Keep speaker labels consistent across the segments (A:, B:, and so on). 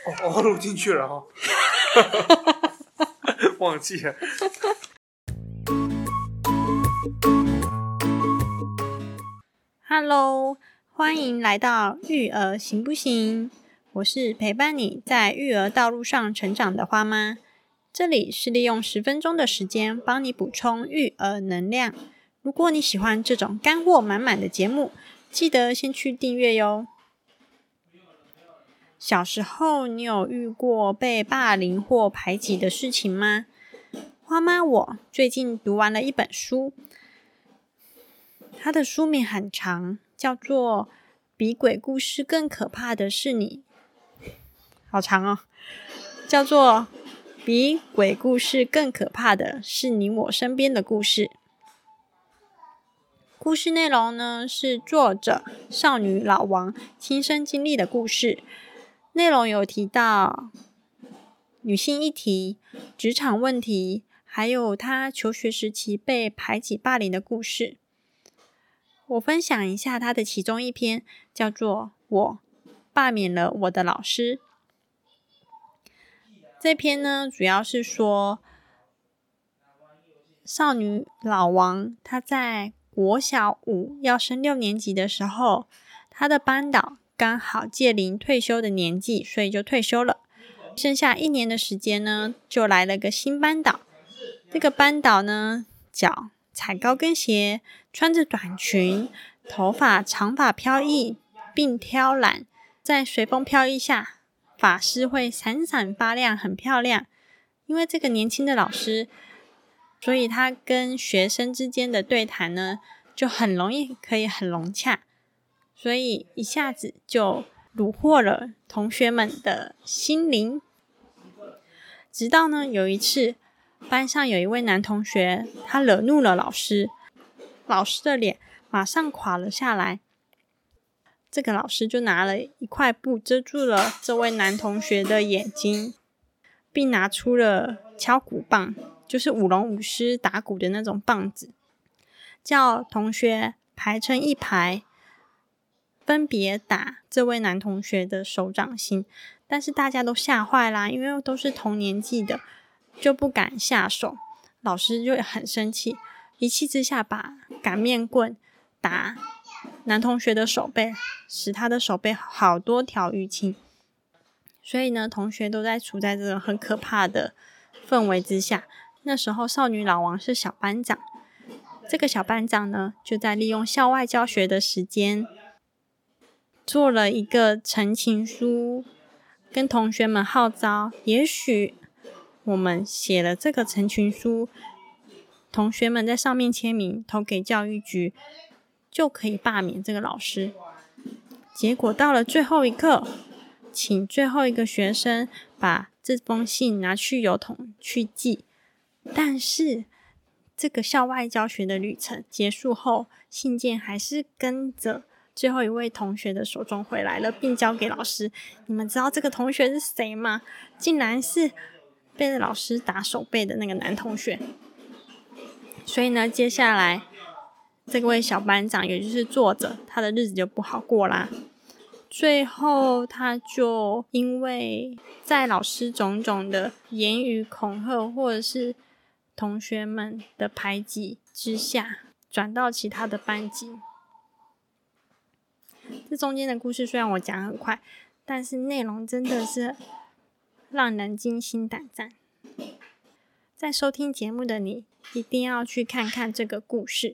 A: 录进去了哦，忘记了。
B: Hello， 欢迎来到育儿行不行？我是陪伴你在育儿道路上成长的花妈，这里是利用10分钟的时间帮你补充育儿能量。如果你喜欢这种干货满满的节目，记得先去订阅哟。小时候你有遇过被霸凌或排挤的事情吗？花妈我最近读完了一本书，它的书名很长，叫做《比鬼故事更可怕的是你》，好长哦，叫做《比鬼故事更可怕的是你我身边的故事》。故事内容呢，是作者少女老王亲身经历的故事，内容有提到女性议题、职场问题，还有她求学时期被排挤霸凌的故事。我分享一下她的其中一篇，叫做《我罢免了我的老师》。这篇呢，主要是说少女老王她在国小5要升6年级的时候，她的班导刚好届临退休的年纪，所以就退休了。剩下1年的时间呢，就来了个新班导。这个班导呢，脚踩高跟鞋，穿着短裙，头发长发飘逸并挑染，在随风飘逸下，发丝会闪闪发亮，很漂亮。因为这个年轻的老师，所以他跟学生之间的对谈呢，就很容易可以很融洽，所以一下子就虏获了同学们的心灵。直到呢有一次，班上有一位男同学，他惹怒了老师，老师的脸马上垮了下来。这个老师就拿了一块布遮住了这位男同学的眼睛，并拿出了敲鼓棒，就是舞龙舞狮打鼓的那种棒子，叫同学排成一排，分别打这位男同学的手掌心。但是大家都吓坏啦，因为都是同年纪的，就不敢下手。老师就很生气，一气之下把擀面棍打男同学的手背，使他的手背好多条淤青。所以呢，同学都在处在这种很可怕的氛围之下。那时候少女老王是小班长，这个小班长呢，就在利用校外教学的时间，做了一个陈情书，跟同学们号召，也许我们写了这个陈情书，同学们在上面签名，投给教育局，就可以罢免这个老师。结果到了最后一刻，请最后一个学生把这封信拿去邮筒去寄，但是这个校外教学的旅程结束后，信件还是跟着最后一位同学的手中回来了，并交给老师。你们知道这个同学是谁吗？竟然是被老师打手背的那个男同学。所以呢，接下来这位小班长，也就是作者，他的日子就不好过啦。最后他就因为在老师种种的言语恐吓，或者是同学们的排挤之下，转到其他的班级。这中间的故事虽然我讲很快，但是内容真的是让人惊心胆战。在收听节目的你，一定要去看看这个故事。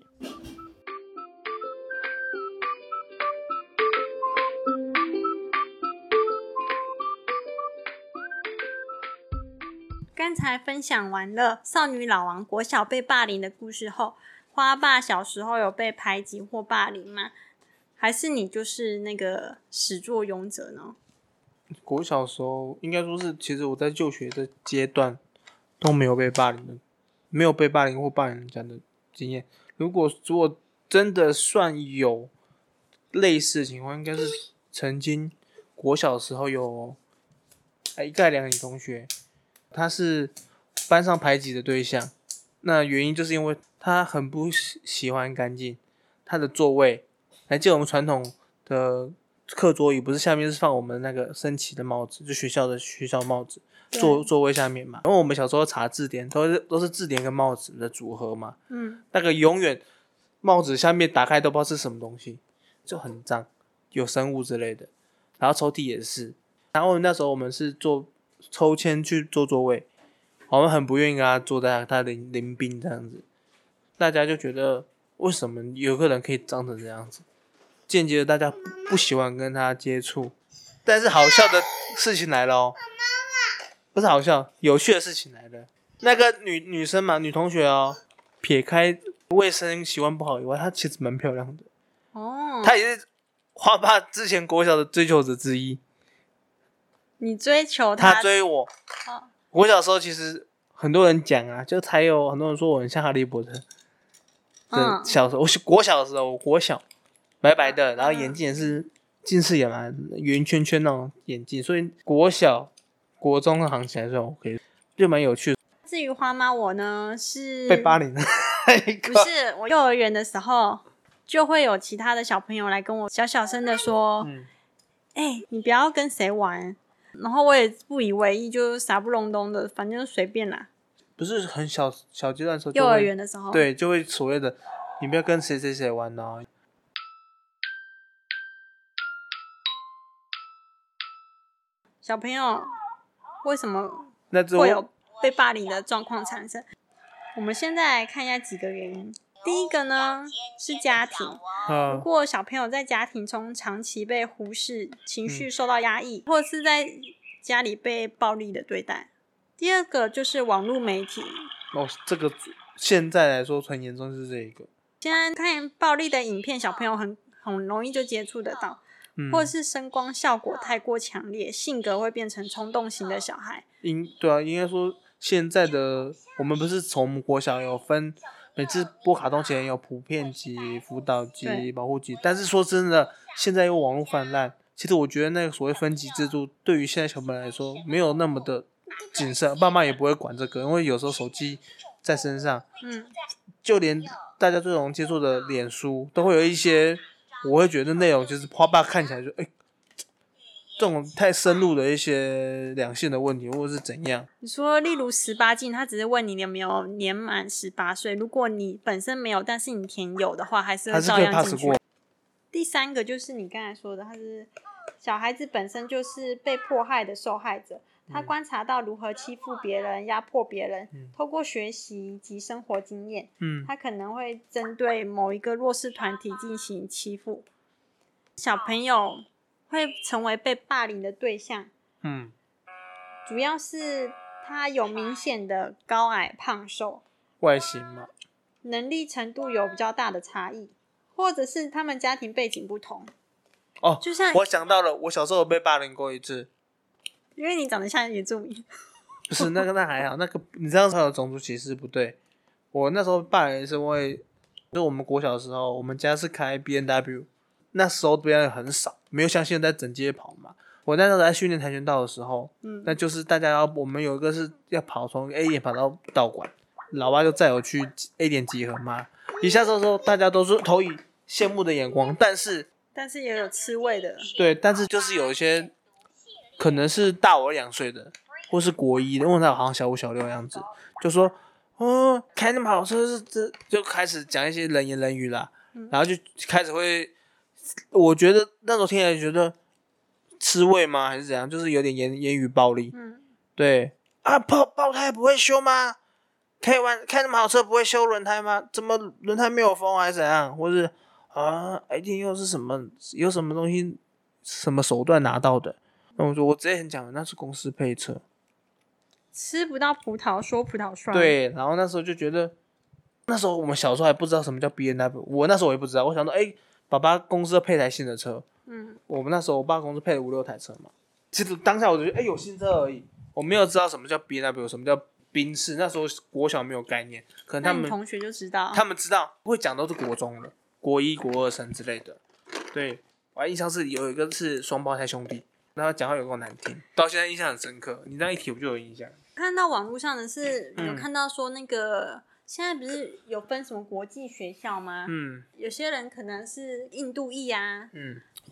B: 刚才分享完了少女老王国小被霸凌的故事后，花爸小时候有被排挤或霸凌吗？还是你就是那个始作俑者呢？
A: 国小时候应该说是，其实我在就学的阶段都没有被霸凌的，没有被霸凌或霸凌人家的经验。如果真的算有类似的情况，应该是曾经国小的时候有一个2个女同学，她是班上排挤的对象。那原因就是因为她很不喜欢干净，她的座位，还记得我们传统的课桌椅不是下面是放我们那个升旗的帽子，就学校帽子，
B: 对
A: 座位下面嘛。因为我们小时候查字典都是字典跟帽子的组合嘛，那个永远帽子下面打开都不知道是什么东西，就很脏，有生物之类的。然后抽屉也是，然后那时候我们是做抽签去坐座位，我们很不愿意跟他坐在他邻兵这样子，大家就觉得为什么有个人可以脏成这样子，间接的大家不喜欢跟他接触。但是好笑的事情来了哦，不是好笑，有趣的事情来了。那个女生嘛，女同学哦，撇开卫生习惯不好以外，她其实蛮漂亮的。
B: 哦，
A: 她也是花爸之前国小的追求者之一。
B: 你追求
A: 她追我。
B: 哦
A: 国小的时候其实很多人讲啊，就才有很多人说我很像哈利波特。小时候，国小的时候，国小白白的，然后眼镜也是近视眼嘛，圆圈圈那种眼镜，所以国小、国中行起来算 OK， 就蛮有趣的。
B: 至于花妈我呢是
A: 被霸凌了，
B: 不是我幼儿园的时候就会有其他的小朋友来跟我小声的说，你不要跟谁玩，然后我也不以为意，就傻不隆咚的，反正随便啦。
A: 不是很小阶段的时候，
B: 幼儿园的时候，
A: 对，就会所谓的你不要跟谁谁谁玩哦。
B: 小朋友为什么
A: 那
B: 会有被霸凌的状况产生？我们现在来看一下几个原因。第一个呢是家庭，如果小朋友在家庭中长期被忽视，情绪受到压抑，或者是在家里被暴力的对待。第二个就是网络媒体。
A: 这个现在来说很严重是这一个。
B: 现在看暴力的影片，小朋友很容易就接触得到，或者是声光效果太过强烈，性格会变成冲动型的小孩。
A: 对啊，应该说现在的我们不是从国小有分，每次播卡通前有普遍级、辅导级、保护级，但是说真的，现在有网络泛滥，其实我觉得那个所谓分级制度，对于现在小朋友来说没有那么的谨慎，爸妈也不会管这个，因为有时候手机在身上，就连大家最容易接触的脸书，都会有一些，我会觉得内容就是花爸看起来就这种太深入的一些两性的问题，或者是怎样。
B: 你说，例如18禁，他只是问你有没有年满18岁，如果你本身没有，但是你填有的话，还是会照样进去。第三个就是你刚才说的，他是小孩子本身就是被迫害的受害者，他观察到如何欺负别人、压迫别人，透过学习及生活经验，他可能会针对某一个弱势团体进行欺负。小朋友会成为被霸凌的对象，主要是他有明显的高矮胖瘦
A: 外形嘛，
B: 能力程度有比较大的差异，或者是他们家庭背景不同。就像
A: 我想到了，我小时候有被霸凌过一次，
B: 因为你长得像原住民。
A: 不是那还好，那个你这样才有种族歧视不对。我那时候霸凌是因为，就我们国小的时候，我们家是开 BMW， 那时候 BMW 很少，没有像现在整街跑嘛。我那时候在训练跆拳道的时候，那就是我们有一个是要跑从 A 点跑到道馆，老爸就载我去 A 点集合嘛。一下车的时候，大家都是投以羡慕的眼光，但是
B: 也有吃味的。
A: 对，但是就是有一些可能是大我2岁的，或是国一的，因为他好像小5小6的样子，就说开那么好车是这，就开始讲一些冷言冷语啦，然后就开始会，我觉得那时候听起来觉得吃味吗还是怎样，就是有点言语暴力。对啊，爆胎不会修吗？开那么好车不会修轮胎吗？怎么轮胎没有风还是怎样？或是一定又是什么有什么东西什么手段拿到的？那我说我直接很讲，那是公司配车。
B: 吃不到葡萄说葡萄酸。
A: 对，然后那时候就觉得，那时候我们小时候还不知道什么叫 BMW， 我那时候也不知道，我想到爸爸公司配台新的车，我们那时候我爸公司配了5、6台车嘛，其实当下我就觉得有新车而已，我没有知道什么叫 BMW， 什么叫宾士，那时候国小没有概念，可能他们
B: 同学就知道，
A: 他们知道会讲都是国中的，国1、国2生之类的。对，我还印象是有一个是双胞胎兄弟，然后讲话有够难听，到现在印象很深刻。你这样一提我就有印象。
B: 看到网络上的是有看到说那个现在不是有分什么国际学校吗？有些人可能是印度裔啊，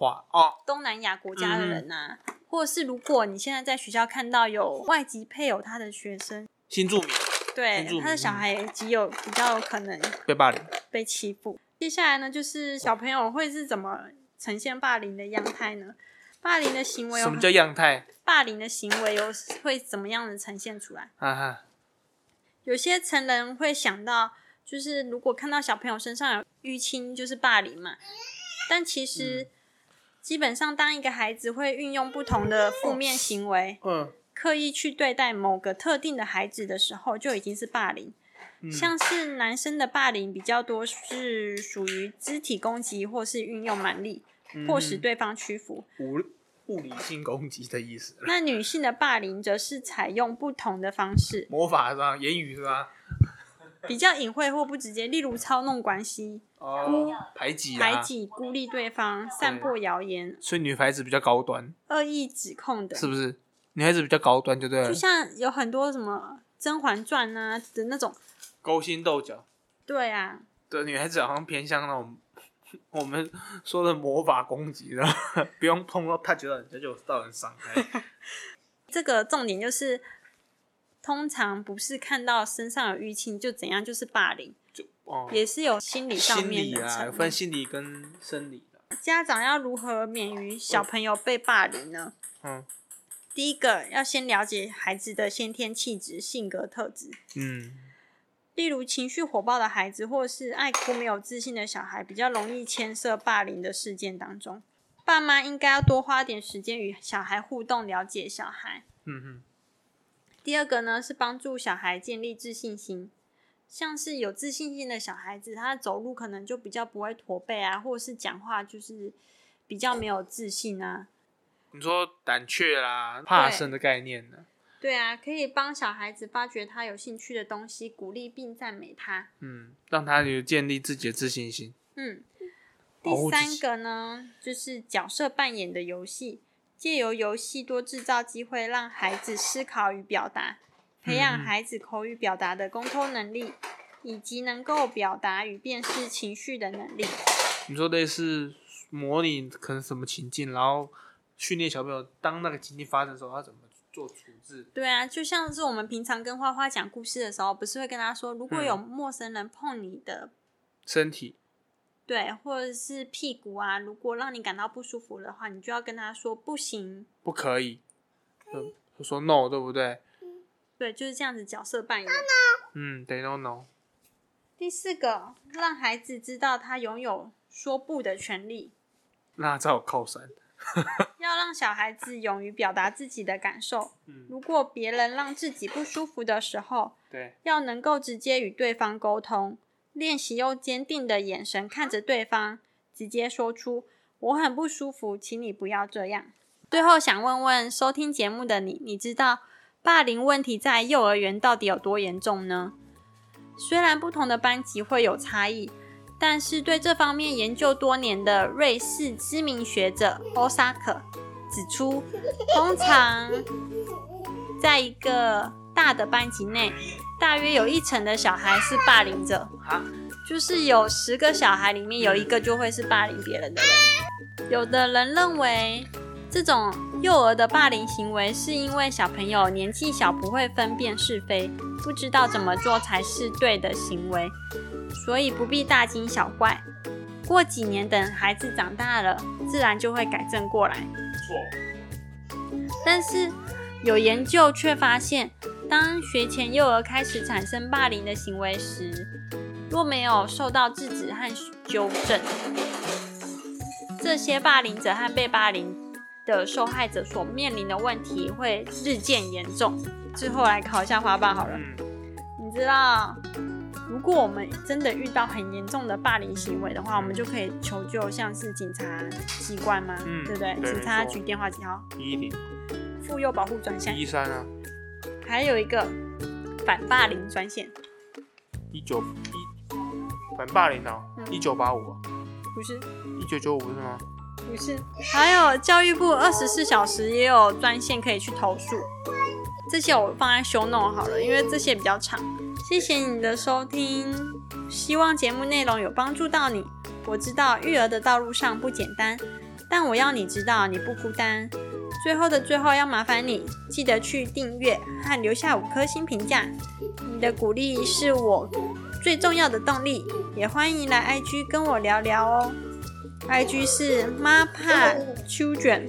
A: 化
B: 东南亚国家的人啊，或者是如果你现在在学校看到有外籍配偶他的学生，
A: 新住民，
B: 对，他的小孩比较有可能
A: 被霸凌、
B: 被欺负。接下来呢，就是小朋友会是怎么呈现霸凌的样态呢？霸凌的行为
A: 什么叫样态？
B: 霸凌的行为会怎么样的呈现出来？有些成人会想到，就是如果看到小朋友身上有淤青，就是霸凌嘛。但其实，基本上当一个孩子会运用不同的负面行为，刻意去对待某个特定的孩子的时候，就已经是霸凌。像是男生的霸凌比较多是属于肢体攻击，或是运用蛮力，迫使对方屈服。
A: 物理性攻击的意思。
B: 那女性的霸凌则是采用不同的方式，
A: 魔法是吧？言语是吧？
B: 比较隐晦或不直接，例如操弄关系、
A: 排挤、
B: 孤立对方、散播谣言。
A: 所以女孩子比较高端，
B: 恶意指控的，
A: 是不是？女孩子比较高端就对了。
B: 就像有很多什么《甄嬛传》啊的那种
A: 勾心斗角。对
B: 啊，
A: 对，女孩子好像偏向那种我们说的魔法攻击的，不用碰到touch到人家就造成伤害。
B: 这个重点就是，通常不是看到身上有淤青就怎样就是霸凌，也是有心理上面的
A: 心理有分心理跟生理的。
B: 家长要如何免于小朋友被霸凌呢？第一个要先了解孩子的先天气质、性格特质。例如情绪火爆的孩子，或是爱哭没有自信的小孩，比较容易牵涉霸凌的事件当中。爸妈应该要多花点时间与小孩互动，了解小孩。第二个呢，是帮助小孩建立自信心。像是有自信心的小孩子，他走路可能就比较不会驼背啊，或者是讲话就是比较没有自信啊。
A: 你说胆怯啦、怕生的概念呢？
B: 对啊，可以帮小孩子发掘他有兴趣的东西，鼓励并赞美他。
A: 让他有建立自己的自信心。
B: 第三个呢，就是角色扮演的游戏，借由游戏多制造机会，让孩子思考与表达，培养孩子口语表达的沟通能力，以及能够表达与辨识情绪的能力。
A: 你说类似模拟可能什么情境，然后训练小朋友当那个情境发生的时候，他怎么做处置？对
B: 啊，就像是我们平常跟花花讲故事的时候，不是会跟他说，如果有陌生人碰你的
A: 身体，
B: 对，或者是屁股啊，如果让你感到不舒服的话，你就要跟他说不行，
A: 不可以，就说 no， 对不对？
B: 对，就是这样子角色扮演。
A: 对 no。
B: 第四个，让孩子知道他拥有说不的权利，
A: 那才有靠山。
B: 要让小孩子勇于表达自己的感受。如果别人让自己不舒服的时候，要能够直接与对方沟通，练习用坚定的眼神看着对方，直接说出我很不舒服，请你不要这样。最后想问问收听节目的你，你知道霸凌问题在幼儿园到底有多严重呢？虽然不同的班级会有差异，但是对这方面研究多年的瑞士知名学者 Osaka 指出，通常在一个大的班级内，大约有1成的小孩是霸凌者，就是有10个小孩里面有1个就会是霸凌别人的人。有的人认为这种幼儿的霸凌行为是因为小朋友年纪小，不会分辨是非，不知道怎么做才是对的行为，所以不必大惊小怪。过几年等孩子长大了，自然就会改正过来。但是有研究却发现，当学前幼儿开始产生霸凌的行为时，若没有受到制止和纠正，这些霸凌者和被霸凌的受害者所面临的问题会日渐严重。最后来考一下花爸好了，你知道如果我们真的遇到很严重的霸凌行为的话，我们就可以求救像是警察机关吗？对不对？警察局电话几号？110。妇幼保护专线
A: 113啊。
B: 还有一个反霸凌专线
A: 反霸凌啊，1985啊？
B: 不是
A: ，1995是吗？
B: 不是，还有教育部24小时也有专线可以去投诉。这些我放在 show note 好了，因为这些比较长。谢谢你的收听，希望节目内容有帮助到你。我知道育儿的道路上不简单， 但我要你知道你不孤单。最后的最后，要麻烦你记得去订阅和留下5颗星评价，你的鼓励是我最重要的动力。也欢迎来 IG 跟我聊聊哦。IG 是 MAPACHILDREN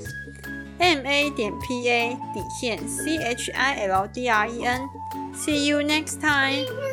B: MA.PA_CHILDREN。See you next time.